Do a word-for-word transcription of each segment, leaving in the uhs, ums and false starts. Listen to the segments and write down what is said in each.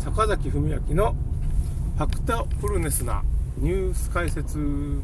坂崎文明のファクタフルネスなニュース解説。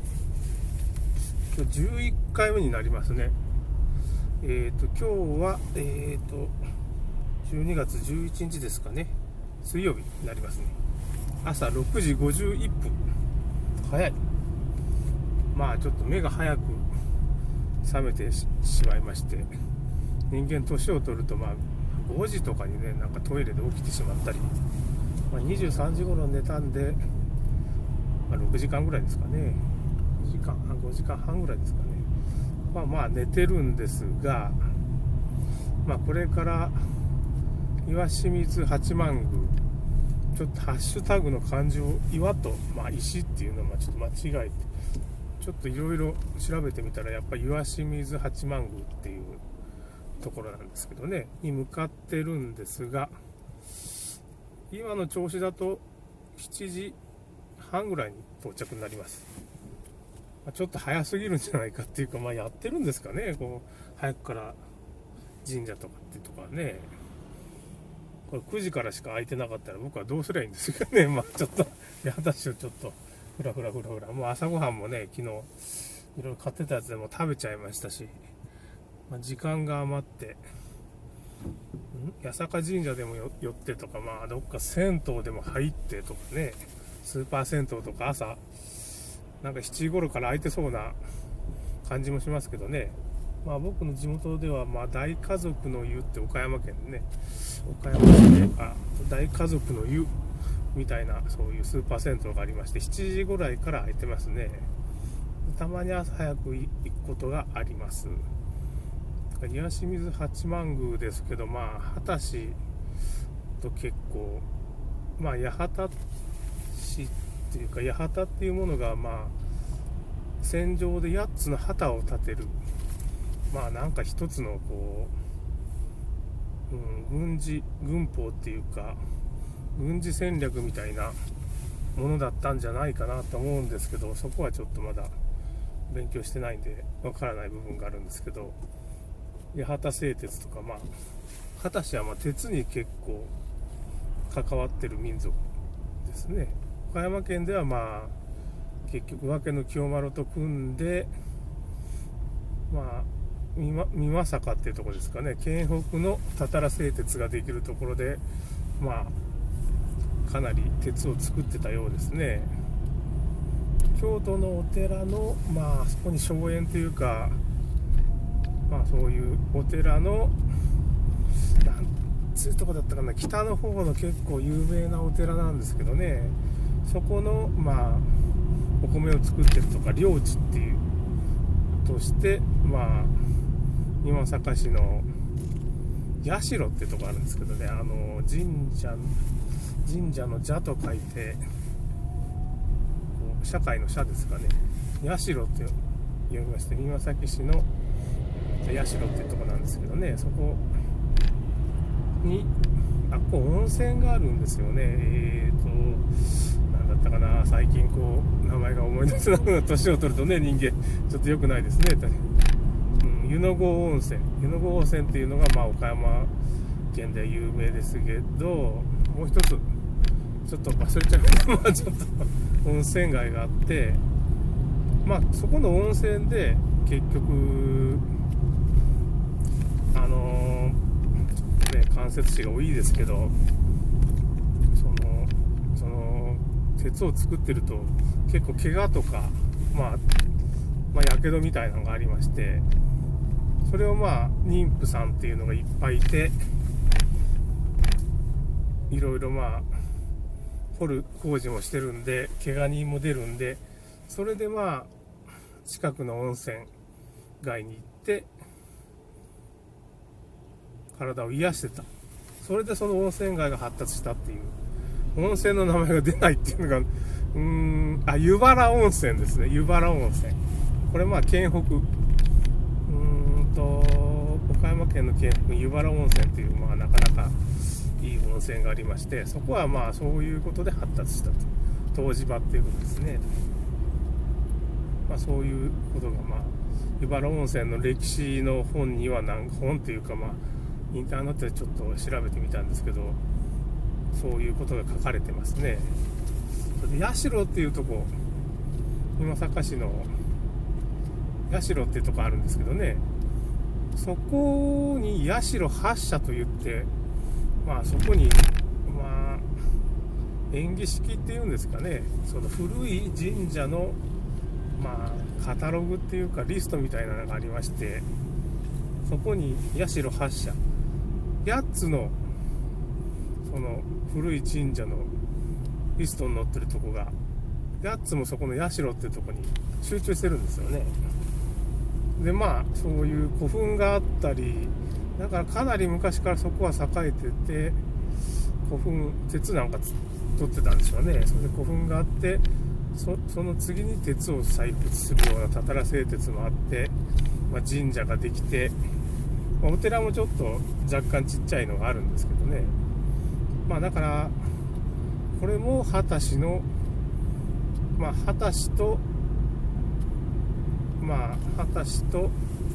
今日じゅういっかいめになりますね。えっ、ー、と今日はえっ、ー、とじゅうにがつじゅういちにちですかね。水曜日になりますね。朝ろくじごじゅういっぷん。早い。まあちょっと目が早く覚めて し, しまいまして、人間年を取るとまあごじとかにね、なんかトイレで起きてしまったり、まあ、にじゅうさんじ頃寝たんで、まあ、ろくじかんぐらいですかね。ごじかんはんごじかんはんぐらいですかね。まあまあ寝てるんですが、まあこれから岩清水八幡宮、ちょっとハッシュタグの漢字を岩と、まあ、石っていうのはちょっと間違えて、ちょっといろいろ調べてみたら、やっぱり岩清水八幡宮っていうところなんですけどね、に向かってるんですが、今の調子だとしちじはんぐらいに到着になります。ちょっと早すぎるんじゃないかっていうか、まあやってるんですかね、こう早くから神社とかっていうとこはね。これくじからしか空いてなかったら僕はどうすりゃいいんですかね。まあちょっと私をちょっとふらふらふらふら、もう朝ごはんもね、昨日いろいろ買ってたやつでも食べちゃいましたし、まあ、時間が余ってん八坂神社でも寄ってとか、まあどっか銭湯でも入ってとかね、スーパー銭湯とか朝なんかしちじ頃から空いてそうな感じもしますけどね。まあ僕の地元ではまあ大家族の湯って岡山県ね、岡山市であ大家族の湯みたいなそういうスーパー銭湯がありまして、しちじぐらいから空いてますね。たまに朝早く行くことがあります。岩清水八幡宮ですけど、まあ二十歳と結構まあ八幡市っていうか、八幡っていうものがまあ戦場でやっつの旗を立てる、まあなんか一つのこう、うん、軍事軍法っていうか軍事戦略みたいなものだったんじゃないかなと思うんですけど、そこはちょっとまだ勉強してないんでわからない部分があるんですけど、八幡製鉄とか、まあ秦氏はまあ鉄に結構関わってる民族ですね。岡山県ではまあ結局和気の清丸と組んで、まあ美作っていうところですかね、県北のたたら製鉄ができるところで、まあかなり鉄を作ってたようですね。京都のお寺のまあそこに荘園というか、まあそういうお寺のなんつうとこだったかな、北の方の結構有名なお寺なんですけどね、そこのまあお米を作ってるとか領地っていうとして、まあ今坂市の社っていうところあるんですけどね、あの神社神社の社と書いて社会の社ですかね、社って読みまして、今崎市の社っていうところなんですけどね、そこにあこう温泉があるんですよね。えーとなんだったかな、最近こう名前が思い出せないのが年を取るとね、人間ちょっと良くないですね。湯の郷温泉湯の郷温泉っていうのがまあ岡山県では有名ですけど、もう一つちょっと忘れちゃいましたまあちょっと温泉街があって、まあそこの温泉で結局あのー、ね関節死が多いですけど、そのその鉄を作ってると結構怪我とか、まあまあやけどみたいなのがありまして、それをまあ妊婦さんっていうのがいっぱいいて、いろいろまあ掘る工事もしてるんで怪我人も出るんで、それでまあ近くの温泉街に行って体を癒してた。それでその温泉街が発達したっていう、温泉の名前が出ないっていうのがうーんあ湯原温泉ですね。湯原温泉、これまあ県北岡山県の県北湯原温泉という、まあ、なかなかいい温泉がありまして、そこはまあそういうことで発達したと、湯治場っていうことですね。まあ、そういうことがまあ湯原温泉の歴史の本には何本っていうか、まあインターネットでちょっと調べてみたんですけど、 そういうことが書かれてますね。社っていうとこ、今坂市の社っていうとこあるんですけどね、そこに社八社といって、まあそこにまあ縁起式っていうんですかね、その古い神社のまあカタログっていうかリストみたいなのがありまして、そこに社八社やっつのその古い神社のリストに載ってるとこがやっつもそこの社っていうとこに集中してるんですよね。でまあそういう古墳があったり、だからかなり昔からそこは栄えてて、古墳鉄なんか取ってたんでしょうね。それで古墳があって、 そ, その次に鉄を採掘するようなたたら製鉄もあって、まあ、神社ができて、まあ、お寺もちょっと若干ちっちゃいのがあるんですけどね。まあだからこれも秦氏のまあ秦氏とまあ秦氏と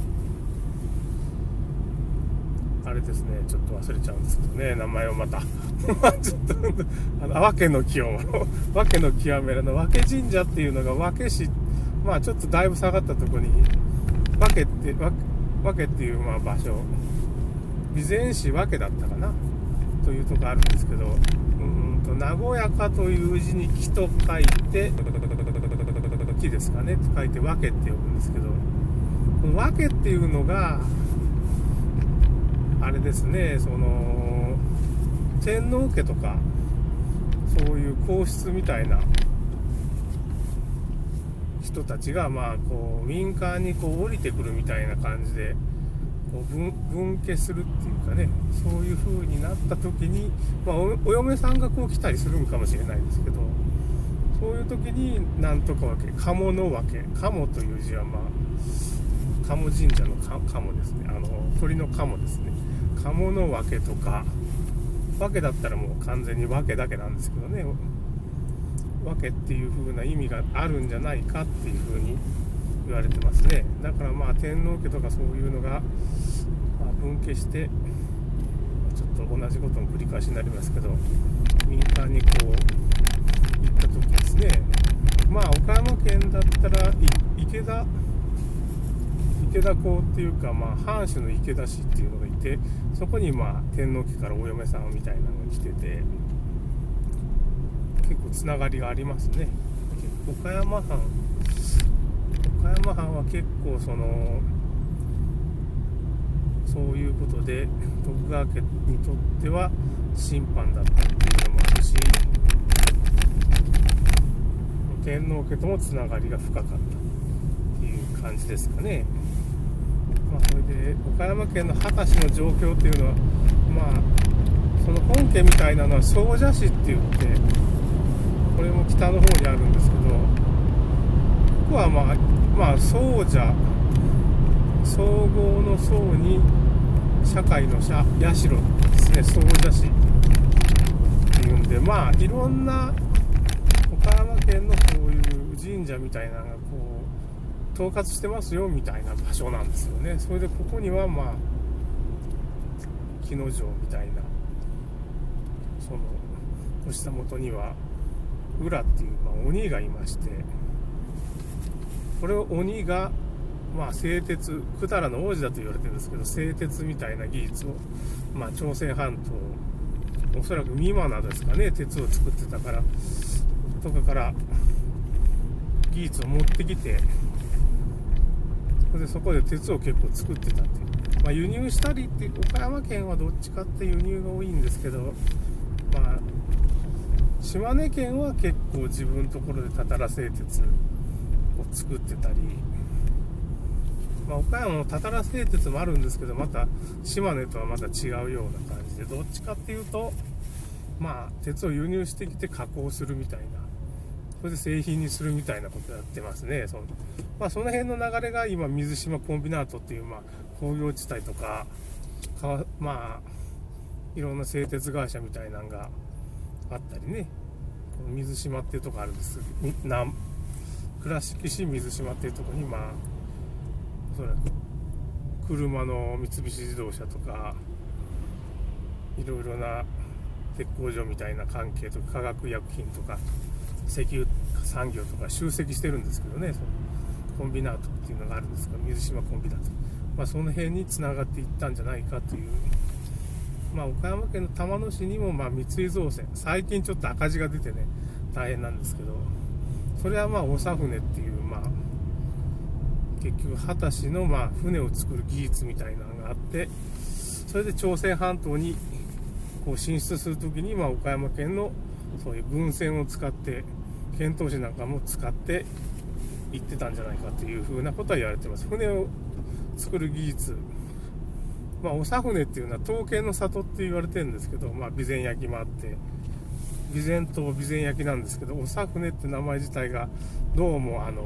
あれですね、ちょっと忘れちゃうんですけどね、名前をまたちょっとあの和気の清の和気の極めらの和気神社っていうのが和気市、まあちょっとだいぶ下がったところに和気って和気っていうまあ場所、備前市和気だったかなというところあるんですけど、うんと和やかという字に木と書いて木ですかねと書いて和気って呼ぶんですけど、この和気っていうのがあれですね、その天皇家とかそういう皇室みたいな人たちがまあこう民間にこう降りてくるみたいな感じでこう 分, 分家するっていうかね、そういう風になった時に、まあ、お, お嫁さんがこう来たりするんかもしれないですけど、そういう時になんとかわけ鴨のわけ、鴨という字はまあ鴨神社の鴨ですね、あの鳥の鴨ですね、鴨のわけとか、わけだったらもう完全にわけだけなんですけどね、わけっていう風な意味があるんじゃないかっていう風に言われてますね。だからまあ天皇家とかそういうのが、まあ、分家してちょっと同じことの繰り返しになりますけど、民間にこう行った時ですね、まあ岡山県だったら池田池田公っていうか、まあ藩主の池田氏っていうのがいて、そこにまあ天皇家からお嫁さんみたいなのが来てて、結構つながりがありますね。岡山藩岡山藩は結構そのそういうことで徳川家にとっては審判だったっていうのもあるし、天皇家ともつながりが深かったっていう感じですかね。まあ、それで岡山県の秦氏の状況っていうのは、まあその本家みたいなのは総社市って言って、これも北の方にあるんですけど、ここはまあまあ総社、総合の総に社会の社、社ですね、総社市っていうんで、まあいろんな岡山県のそういう神社みたいなのがこう統括してますよみたいな場所なんですよね。それでここにはまあ木之丞みたいな、そのお膝元には浦っていう、まあ、鬼がいまして、これを鬼がまあ製鉄、百済の王子だと言われてるんですけど、製鉄みたいな技術を、まあ、朝鮮半島、おそらく美馬などですかね、鉄を作ってたからとかから技術を持ってきて、それでそこで鉄を結構作ってたっていう、まあ、輸入したりって、岡山県はどっちかって輸入が多いんですけど、まあ島根県は結構自分のところでたたら製鉄を作ってたり、まあ、岡山もたたら製鉄もあるんですけど、また島根とはまた違うような感じで、どっちかっていうとまあ鉄を輸入してきて加工するみたいな、それで製品にするみたいなことやってますね。その、まあ、その辺の流れが今水島コンビナートっていう、まあ、工業地帯とかまあいろんな製鉄会社みたいなのがあったりね、この水島っていうところあるんです。南倉敷市水島っていうところに、まあおそらく車の三菱自動車とかいろいろな鉄工所みたいな関係とか化学薬品とか石油産業とか集積してるんですけどね、そのコンビナートっていうのがあるんですが、水島コンビナート、まあ、その辺につながっていったんじゃないかという、まあ、岡山県の玉野市にもまあ三井造船、最近ちょっと赤字が出てね大変なんですけど、それはまあ長船っていう、まあ、結局秦氏のまあ船を作る技術みたいなのがあって、それで朝鮮半島にこう進出するときにまあ岡山県のそういう軍船を使って、遣唐使なんかも使って行ってたんじゃないかというふうなことは言われてます。船を作る技術、まあ、長船っていうのは刀剣の里って言われてるんですけど、まあ、備前焼もあって、備前島備前焼なんですけど、長船って名前自体がどうもあの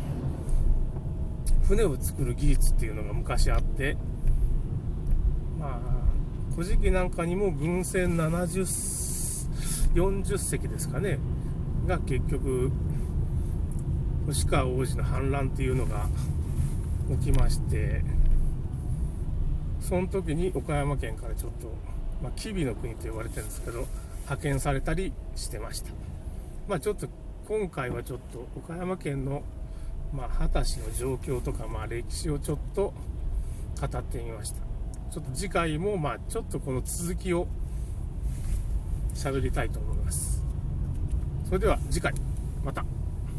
船を作る技術っていうのが昔あって、まあ古事記なんかにも軍船ななじゅう、よんじゅっせきですかねが結局星川王子の反乱っていうのが起きまして、その時に岡山県からちょっと、まあ、吉備の国と呼ばれてるんですけど派遣されたりしてました。まあちょっと今回はちょっと岡山県のまあ秦氏の状況とか、まあ歴史をちょっと語ってみました。ちょっと次回もまあちょっとこの続きを喋りたいと思います。それでは次回また。